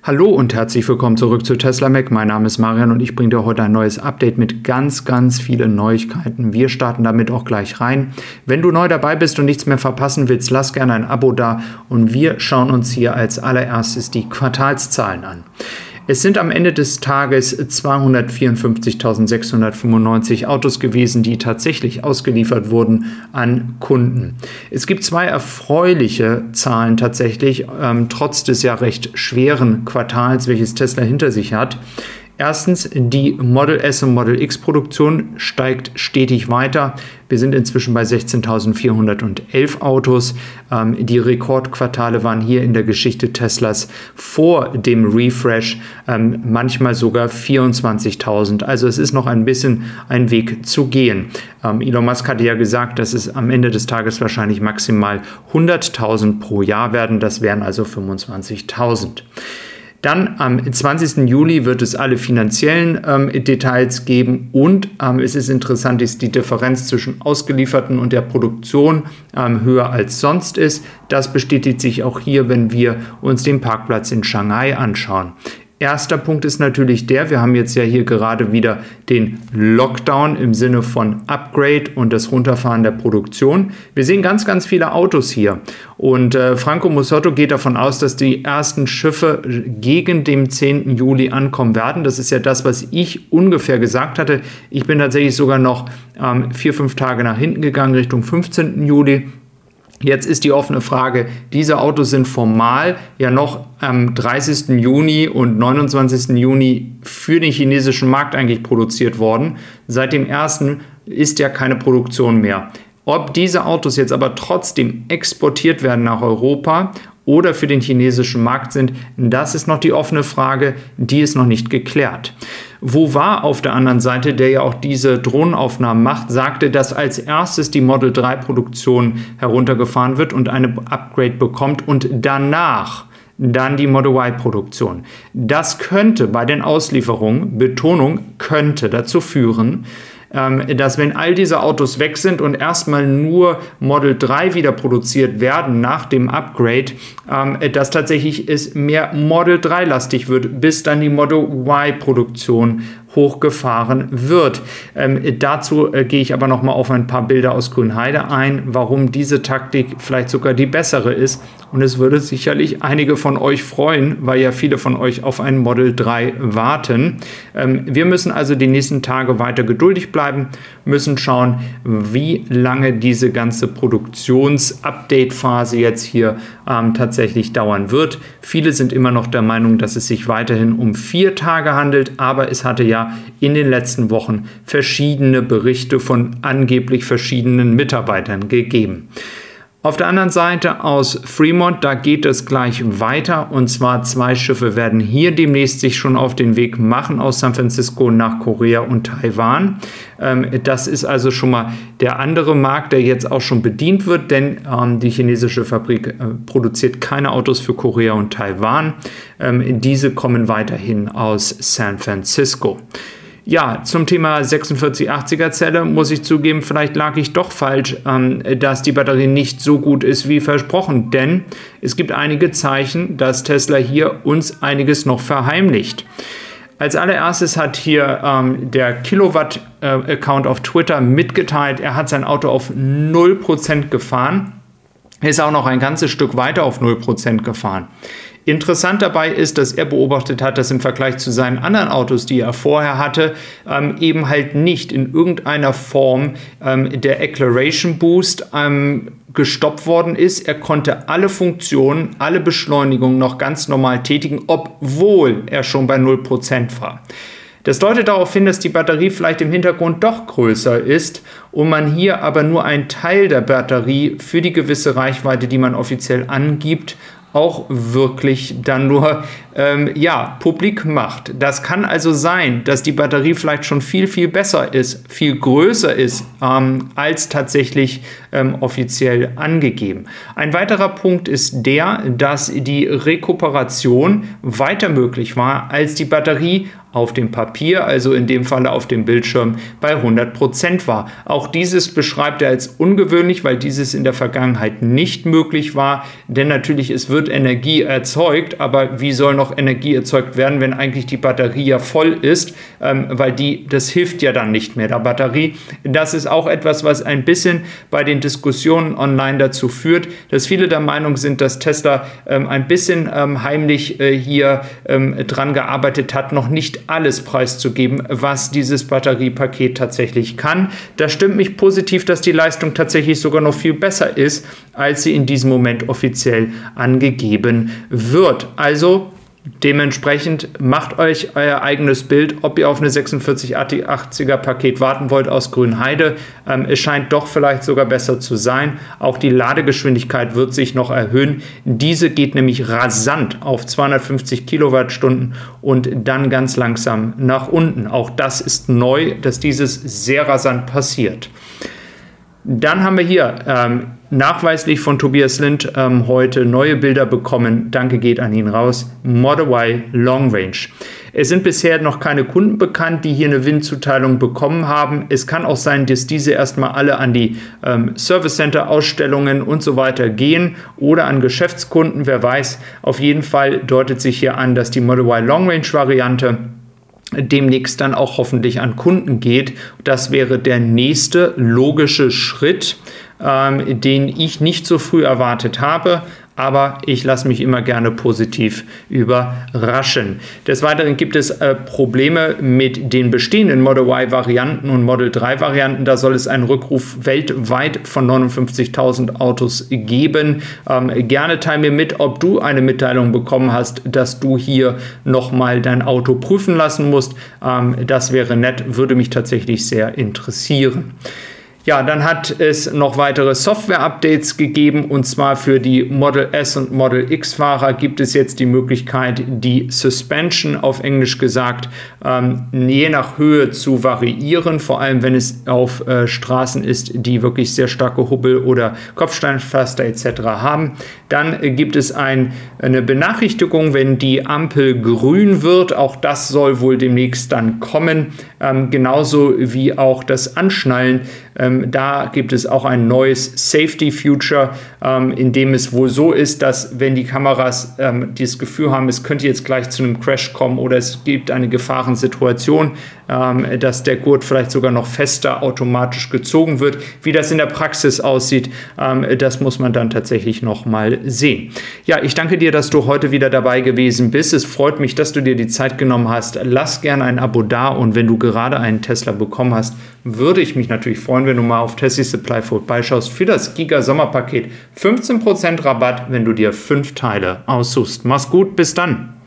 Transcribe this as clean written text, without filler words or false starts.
Hallo und herzlich willkommen zurück zu Tesla Mac. Mein Name ist Marian und ich bringe dir heute ein neues Update mit ganz vielen Neuigkeiten. Wir starten damit auch gleich rein. Wenn du neu dabei bist und nichts mehr verpassen willst, lass gerne ein Abo da und wir schauen uns hier als allererstes die Quartalszahlen an. Es sind am Ende des Tages 254.695 Autos gewesen, die tatsächlich ausgeliefert wurden an Kunden. Es gibt zwei erfreuliche Zahlen tatsächlich, trotz des ja recht schweren Quartals, welches Tesla hinter sich hat. Erstens, die Model S und Model X Produktion steigt stetig weiter. Wir sind inzwischen bei 16.411 Autos. Die Rekordquartale waren hier in der Geschichte Teslas vor dem Refresh manchmal sogar 24.000. Also es ist noch ein bisschen ein Weg zu gehen. Elon Musk hatte ja gesagt, dass es am Ende des Tages wahrscheinlich maximal 100.000 pro Jahr werden. Das wären also 25.000. Dann am 20. Juli wird es alle finanziellen Details geben und es ist interessant, dass die Differenz zwischen ausgelieferten und der Produktion höher als sonst ist. Das bestätigt sich auch hier, wenn wir uns den Parkplatz in Shanghai anschauen. Erster Punkt ist natürlich wir haben jetzt ja hier gerade wieder den Lockdown im Sinne von Upgrade und das Runterfahren der Produktion. Wir sehen ganz viele Autos hier und Franco Musotto geht davon aus, dass die ersten Schiffe gegen den 10. Juli ankommen werden. Das ist ja das, was ich ungefähr gesagt hatte. Ich bin tatsächlich sogar noch 4-5 Tage nach hinten gegangen, Richtung 15. Juli. Jetzt ist die offene Frage, diese Autos sind formal ja noch am 30. Juni und 29. Juni für den chinesischen Markt eigentlich produziert worden. Seit dem 1. ist ja keine Produktion mehr. Ob diese Autos jetzt aber trotzdem exportiert werden nach Europa oder für den chinesischen Markt sind, das ist noch die offene Frage, die ist noch nicht geklärt. Wo war auf der anderen Seite, der ja auch diese Drohnenaufnahmen macht, sagte, dass als erstes die Model 3 Produktion heruntergefahren wird und eine Upgrade bekommt und danach dann die Model Y Produktion. Das könnte bei den Auslieferungen, Betonung, könnte dazu führen, dass wenn all diese Autos weg sind und erstmal nur Model 3 wieder produziert werden nach dem Upgrade, dass tatsächlich es mehr Model 3 lastig wird, bis dann die Model Y Produktion hochgefahren wird. Dazu gehe ich aber noch mal auf ein paar Bilder aus Grünheide ein, warum diese Taktik vielleicht sogar die bessere ist. Und es würde sicherlich einige von euch freuen, weil ja viele von euch auf ein Model 3 warten. Wir müssen also die nächsten Tage weiter geduldig bleiben, müssen schauen, wie lange diese ganze Produktions-Update-Phase jetzt hier tatsächlich dauern wird. Viele sind immer noch der Meinung, dass es sich weiterhin um 4 Tage handelt, aber es hatte ja in den letzten Wochen verschiedene Berichte von angeblich verschiedenen Mitarbeitern gegeben. Auf der anderen Seite aus Fremont, da geht es gleich weiter und zwar 2 Schiffe werden hier demnächst sich schon auf den Weg machen aus San Francisco nach Korea und Taiwan. Das ist also schon mal der andere Markt, der jetzt auch schon bedient wird, denn die chinesische Fabrik produziert keine Autos für Korea und Taiwan. Diese kommen weiterhin aus San Francisco. Ja, zum Thema 4680er Zelle muss ich zugeben, vielleicht lag ich doch falsch, dass die Batterie nicht so gut ist wie versprochen, denn es gibt einige Zeichen, dass Tesla hier uns einiges noch verheimlicht. Als allererstes hat hier der Kilowatt-Account auf Twitter mitgeteilt, er hat sein Auto auf 0% gefahren, ist auch noch ein ganzes Stück weiter auf 0% gefahren. Interessant dabei ist, dass er beobachtet hat, dass im Vergleich zu seinen anderen Autos, die er vorher hatte, eben halt nicht in irgendeiner Form der Acceleration Boost gestoppt worden ist. Er konnte alle Funktionen, alle Beschleunigungen noch ganz normal tätigen, obwohl er schon bei 0% war. Das deutet darauf hin, dass die Batterie vielleicht im Hintergrund doch größer ist und man hier aber nur einen Teil der Batterie für die gewisse Reichweite, die man offiziell angibt, auch wirklich dann nur publik macht. Das kann also sein, dass die Batterie vielleicht schon viel besser ist, viel größer ist, als tatsächlich offiziell angegeben. Ein weiterer Punkt ist dass die Rekuperation weiter möglich war, als die Batterie auf dem Papier, also in dem Falle auf dem Bildschirm, bei 100% war. Auch dieses beschreibt er als ungewöhnlich, weil dieses in der Vergangenheit nicht möglich war, denn natürlich, es wird Energie erzeugt, aber wie soll noch Energie erzeugt werden, wenn eigentlich die Batterie ja voll ist, weil das hilft ja dann nicht mehr der Batterie. Das ist auch etwas, was ein bisschen bei den Diskussionen online dazu führt, dass viele der Meinung sind, dass Tesla ein bisschen heimlich hier dran gearbeitet hat, noch nicht alles preiszugeben, was dieses Batteriepaket tatsächlich kann. Das stimmt mich positiv, dass die Leistung tatsächlich sogar noch viel besser ist, als sie in diesem Moment offiziell angegeben wird. Also dementsprechend macht euch euer eigenes Bild, ob ihr auf eine 4680er Paket warten wollt aus Grünheide. Es scheint doch vielleicht sogar besser zu sein. Auch die Ladegeschwindigkeit wird sich noch erhöhen. Diese geht nämlich rasant auf 250 Kilowattstunden und dann ganz langsam nach unten. Auch das ist neu, dass dieses sehr rasant passiert. Dann haben wir hier nachweislich von Tobias Lind heute neue Bilder bekommen. Danke geht an ihn raus. Model Y Long Range. Es sind bisher noch keine Kunden bekannt, die hier eine Win-Zuteilung bekommen haben. Es kann auch sein, dass diese erstmal alle an die Service Center Ausstellungen und so weiter gehen oder an Geschäftskunden, wer weiß. Auf jeden Fall deutet sich hier an, dass die Model Y Long Range Variante demnächst dann auch hoffentlich an Kunden geht. Das wäre der nächste logische Schritt, den ich nicht so früh erwartet habe. Aber ich lasse mich immer gerne positiv überraschen. Des Weiteren gibt es Probleme mit den bestehenden Model Y-Varianten und Model 3-Varianten. Da soll es einen Rückruf weltweit von 59.000 Autos geben. Gerne teile mir mit, ob du eine Mitteilung bekommen hast, dass du hier nochmal dein Auto prüfen lassen musst. Das wäre nett, würde mich tatsächlich sehr interessieren. Ja, dann hat es noch weitere Software-Updates gegeben, und zwar für die Model S und Model X-Fahrer gibt es jetzt die Möglichkeit, die Suspension, auf Englisch gesagt, je nach Höhe zu variieren, vor allem wenn es auf Straßen ist, die wirklich sehr starke Hubbel- oder Kopfsteinpflaster etc. haben. Dann gibt es eine Benachrichtigung, wenn die Ampel grün wird, auch das soll wohl demnächst dann kommen, genauso wie auch das Anschnallen. Da gibt es auch ein neues Safety-Feature, in dem es wohl so ist, dass wenn die Kameras das Gefühl haben, es könnte jetzt gleich zu einem Crash kommen oder es gibt eine Gefahrensituation, dass der Gurt vielleicht sogar noch fester automatisch gezogen wird. Wie das in der Praxis aussieht, das muss man dann tatsächlich noch mal sehen. Ja, ich danke dir, dass du heute wieder dabei gewesen bist. Es freut mich, dass du dir die Zeit genommen hast. Lass gerne ein Abo da, und wenn du gerade einen Tesla bekommen hast, würde ich mich natürlich freuen, wenn du mal auf Tessie Supply vorbeischaust für das Giga-Sommerpaket. 15% Rabatt, wenn du dir 5 Teile aussuchst. Mach's gut, bis dann.